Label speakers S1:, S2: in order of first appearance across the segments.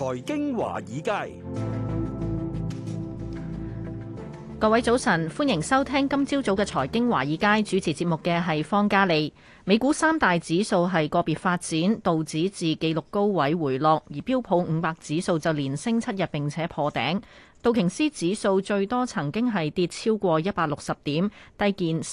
S1: 財經華爾街，
S2: 各位早晨，歡迎收聽今朝早嘅財經華爾街，主持節目嘅係方嘉利。美股三大指數係個別發展，道指自紀錄高位回落，而標普500指數就連升7日並且破頂。道瓊斯指數最多曾經係跌超過160點，低見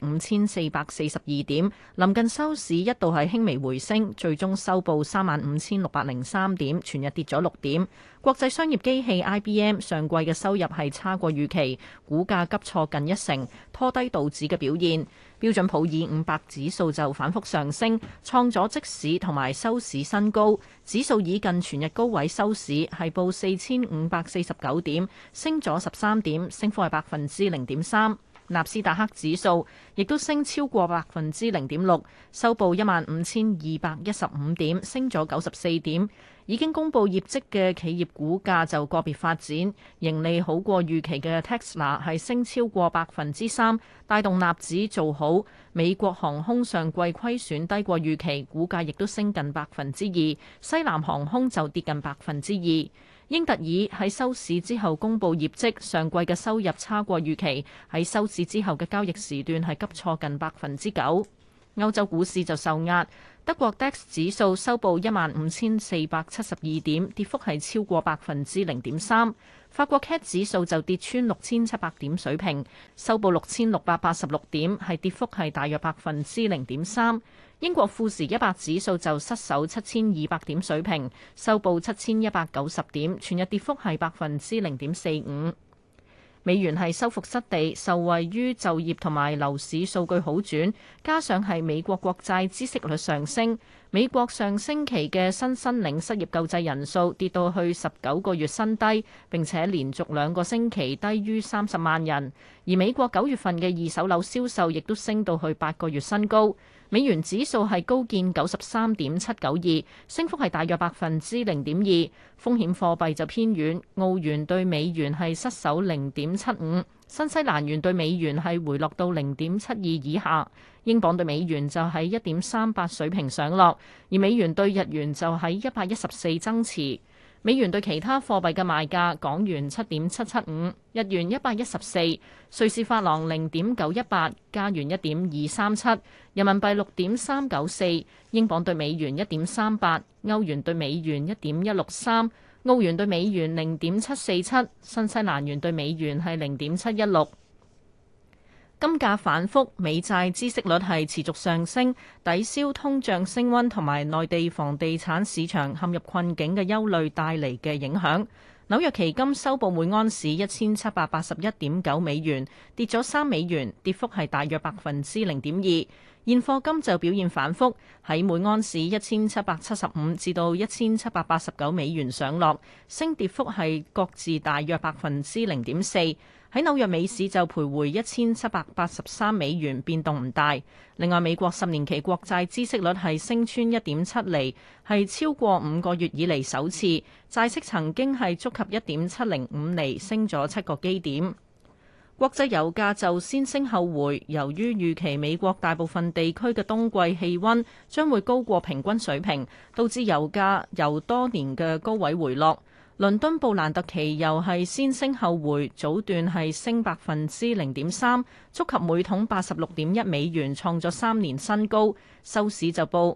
S2: 35,442點，臨近收市一度係輕微回升，最終收報35,603點，全日跌咗6點。國際商業機器 IBM 上季嘅收入係差過預期，股價急挫近1成，拖低道指嘅表現。標準普爾500指數就反覆上升，創咗即市同埋收市新高，指數以近全日高位收市，係報4,549點，升咗13點，升幅係0.3%。納斯達克指數亦都升超過0.6%，收報15,215點，升咗94點。已經公布業績嘅企業股價就個別發展，盈利好過預期嘅 Tesla 係升超過3%，帶動納指做好。美國航空上季虧損低過預期，股價亦都升近2%。西南航空就跌近2%。英特爾喺收市之後公布業績，上季嘅收入差過預期，喺收市之後嘅交易時段係急挫近9%。歐洲股市就受壓，德國 DAX 指數收報15,472點，跌幅係超過0.3%。法國 CAC 指數就跌穿6,700點水平，收報6,686點，係跌幅係大約0.3%。英國富時100指數就失守7,200點水平，收報7,190點，全日跌幅係0.45%。美元係收復失地，受惠於就業同埋樓市數據好轉，加上係美國國債孳息率上升。美國上星期嘅新申領失業救濟人數跌到去19個月新低，並且連續2個星期低於30萬人。而美國9月份嘅二手樓銷售亦都升到去8個月新高。美元指數係高見93.792，升幅係大約0.2%。風險貨幣就偏軟，澳元對美元係失守0.75，新西蘭元對美元係回落到0.72以下。英鎊對美元就喺1.38水平上落，而美元對日元就喺114增持。美元對其他貨幣嘅賣價：港元7.775，日元114，瑞士法郎0.918，加元1.237，人民幣6.394，英鎊對美元1.38，歐元對美元1.163，澳元對美元0.747，新西蘭元對美元係0.716。金價反覆，美債孳息率係持續上升，抵消通脹升溫同埋內地房地產市場陷入困境嘅憂慮帶嚟嘅影響。紐約期金收報每安士1781.9美元，跌咗3美元，跌幅係大約0.2%。現貨金就表現反覆，喺每安士1775至到1789美元上落，升跌幅係各自大約0.4%。喺紐約美市就徘徊1783美元，變動唔大。另外，美國10年期國債孳息率係升穿1.7厘，係超過5個月以嚟首次。債息曾經係觸及1.705厘，升咗7個基點。國際油價就先升後回，由於預期美國大部分地區嘅冬季氣溫將會高過平均水平，導致油價由多年嘅高位回落。倫敦布蘭特期油係先升後回，早段係升0.3%，觸及每桶86.1美元，創咗3年新高。收市就報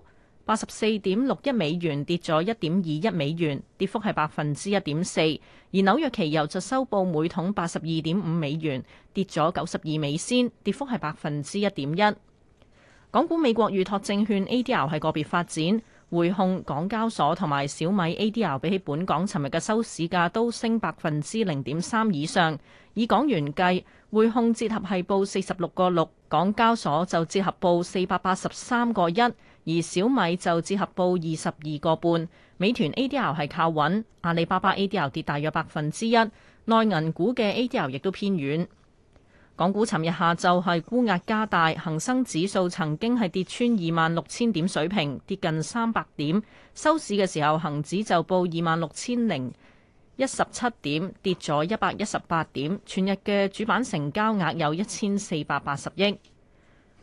S2: 84.61美元，跌咗1.21美元，跌幅係1.4%。而紐約期油就收報每桶82.5美元，跌咗92美仙，跌幅係1.1%。港股美國預託證券 ADR 係個別發展。匯控、港交所同埋小米 ADR 比起本港尋日嘅收市價都升0.3%以上。以港元計，匯控折合係報46.6，港交所就折合報483.1，而小米就折合報22.5。美團 ADR 係靠穩，阿里巴巴 ADR 跌大約1%，內銀股嘅 ADR 亦都偏軟。港股尋日下晝係沽壓加大，恒生指數曾經係跌穿26,000點水平，跌近300點。收市嘅時候，恒指就報26,017點，跌咗118點。全日嘅主板成交額有1480億。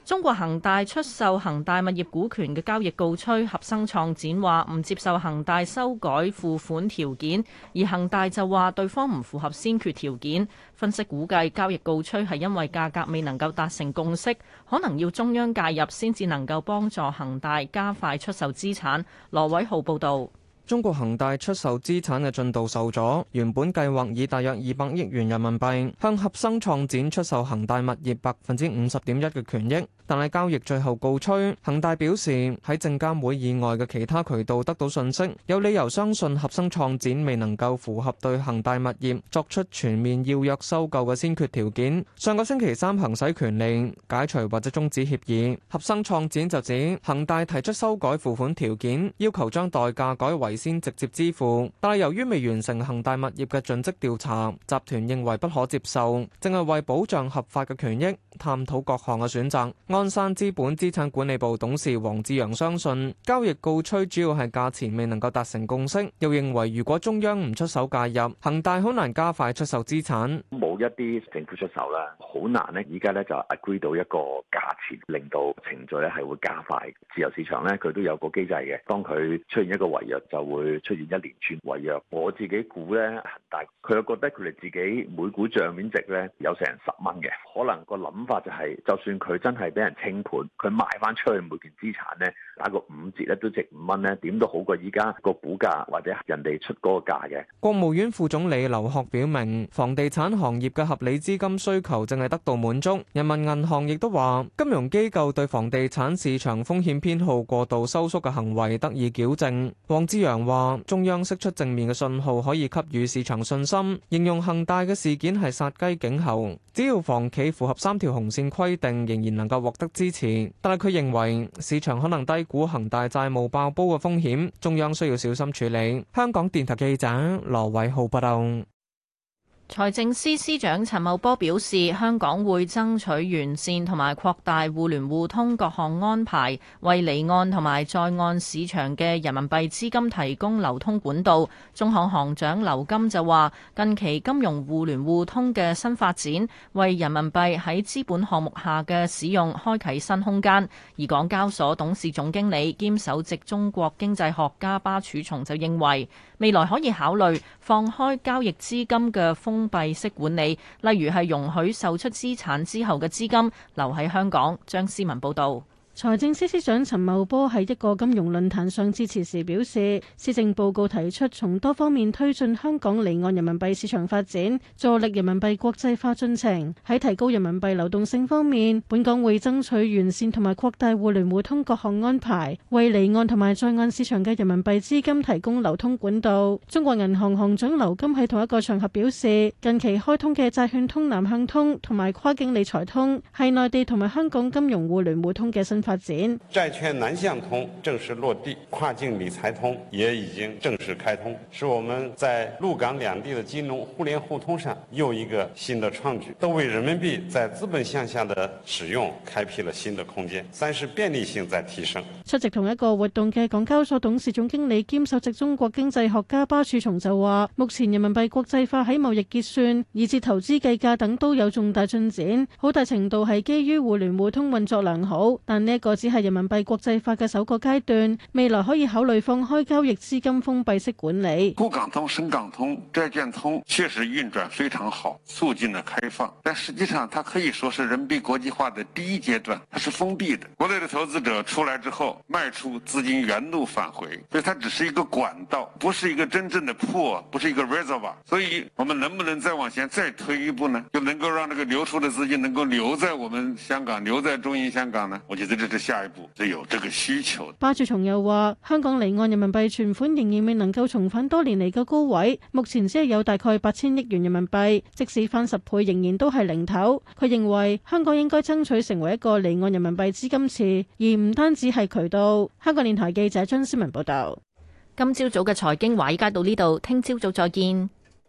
S2: 中國恒大出售恒大物業股權嘅交易告吹，合生創展話唔接受恒大修改付款條件，而恒大就話對方唔符合先決條件。分析估計交易告吹係因為價格未能夠達成共識，可能要中央介入先至能夠幫助恒大加快出售資產。羅偉浩報導。
S1: 中國恒大出售資產嘅進度受阻，原本計劃以大約200億元人民幣向合生創展出售恒大物業50.1%嘅權益，但係交易最後告吹。恒大表示喺證監會以外嘅其他渠道得到信息，有理由相信合生創展未能夠符合對恒大物業作出全面要約收購嘅先決條件。上個星期三行使權利解除或者終止協議。合生創展就指恒大提出修改付款條件，要求將代價改為先直接支付，但係由於未完成恒大物業嘅盡職調查，集團認為不可接受，正係為保障合法嘅權益，探討各項嘅選擇。鞍山資本資產管理部董事黃志陽相信，交易告吹主要係價錢未能夠達成共識，又認為如果中央唔出手介入，恒大好難加快出售資產。
S3: 冇一啲政府出手啦，好難呢。而家咧就 agree 到一個價錢，令到程序咧係會加快。自由市場咧佢都有個機制嘅，當佢出現一個違約就會出現一連串違約。我自己估咧，恒大佢又覺得佢哋自己每股帳面值咧有成10蚊嘅，可能個諗法就係，就算佢真係俾人清盤，佢賣翻出去每件資產咧打個5折咧都值5蚊咧，點都好過依家個股價或者人哋出嗰個價嘅。
S1: 國務院副總理劉鶴表明，房地產行業嘅合理資金需求正係得到滿足。人民銀行亦都話，金融機構對房地產市場風險偏好過度收縮嘅行為得以矯正。黃之陽話，中央釋出正面嘅信號，可以給予市場信心，形容恒大嘅事件係殺雞儆猴。只要房企符合3條紅線規定，仍然能夠獲得支持。但係佢認為市場可能低估恒大債務爆煲嘅風險，中央需要小心處理。香港電台記者羅偉浩報道。
S2: 財政司司長陳茂波表示，香港會爭取完善同埋擴大互聯互通各項安排，為離岸同埋在岸市場嘅人民幣資金提供流通管道。中行行長劉金就話，近期金融互聯互通嘅新發展，為人民幣喺資本項目下嘅使用開啟新空間。而港交所董事總經理兼首席中國經濟學家巴曙松就認為，未來可以考慮放開交易資金嘅封閉式管理，例如係容許售出資產之後嘅資金留喺香港。張思文報導。
S4: 財政司司長陳茂波喺一個金融論壇上致辭時表示，施政報告提出從多方面推進香港離岸人民幣市場發展，助力人民幣國際化進程。喺提高人民幣流動性方面，本港會爭取完善同埋擴大互聯互通各項安排，為離岸同埋在岸市場嘅人民幣資金提供流通管道。中國銀行行長劉金喺同一個場合表示，近期開通嘅債券通南向通同埋跨境理財通係內地同埋香港金融互聯互通嘅新發展。
S5: 債券南向通正式落地，跨境理財通也已經正式開通，是我們在陸港兩地的金融互聯互通上又一個新的創舉，都為人民幣在資本項下的使用開闢了新的空間。三是便利性在提升。
S4: 出席同一個活動嘅港交所董事總經理兼首席中國經濟學家巴曙松就話，目前人民幣國際化喺貿易結算以至投資計價等都有重大進展，好大程度係基於互聯互通運作良好，但呢一個只係人民幣國際化嘅首個階段，未來可以考慮放開交易資金封閉式管理。
S6: 滬港通、深港通、債券通確實運轉非常好，促進了開放，但實際上它可以說是人民幣國際化的第一階段，它是封閉的。國內的投資者出來之後賣出資金原路返回，所以它只是一個管道，不是一個真正的 pool， 不是一個 reservoir。所以我們能不能再往前再推一步呢？就能夠讓這個流出的資金能夠留在我們香港，留在中英香港呢？我覺得這是下一步是有這個需求。
S4: 巴曙松又話，香港離岸人民幣存款仍然未能夠重返多年嚟嘅高位，目前只係有大概8000億元人民幣，即使翻10倍仍然都係零頭。佢認為香港應該爭取成為一個離岸人民幣資金池，而唔單止係渠道。香港電台記者張思文報道。
S2: 今朝早嘅財經華爾街到呢度，聽朝早再見。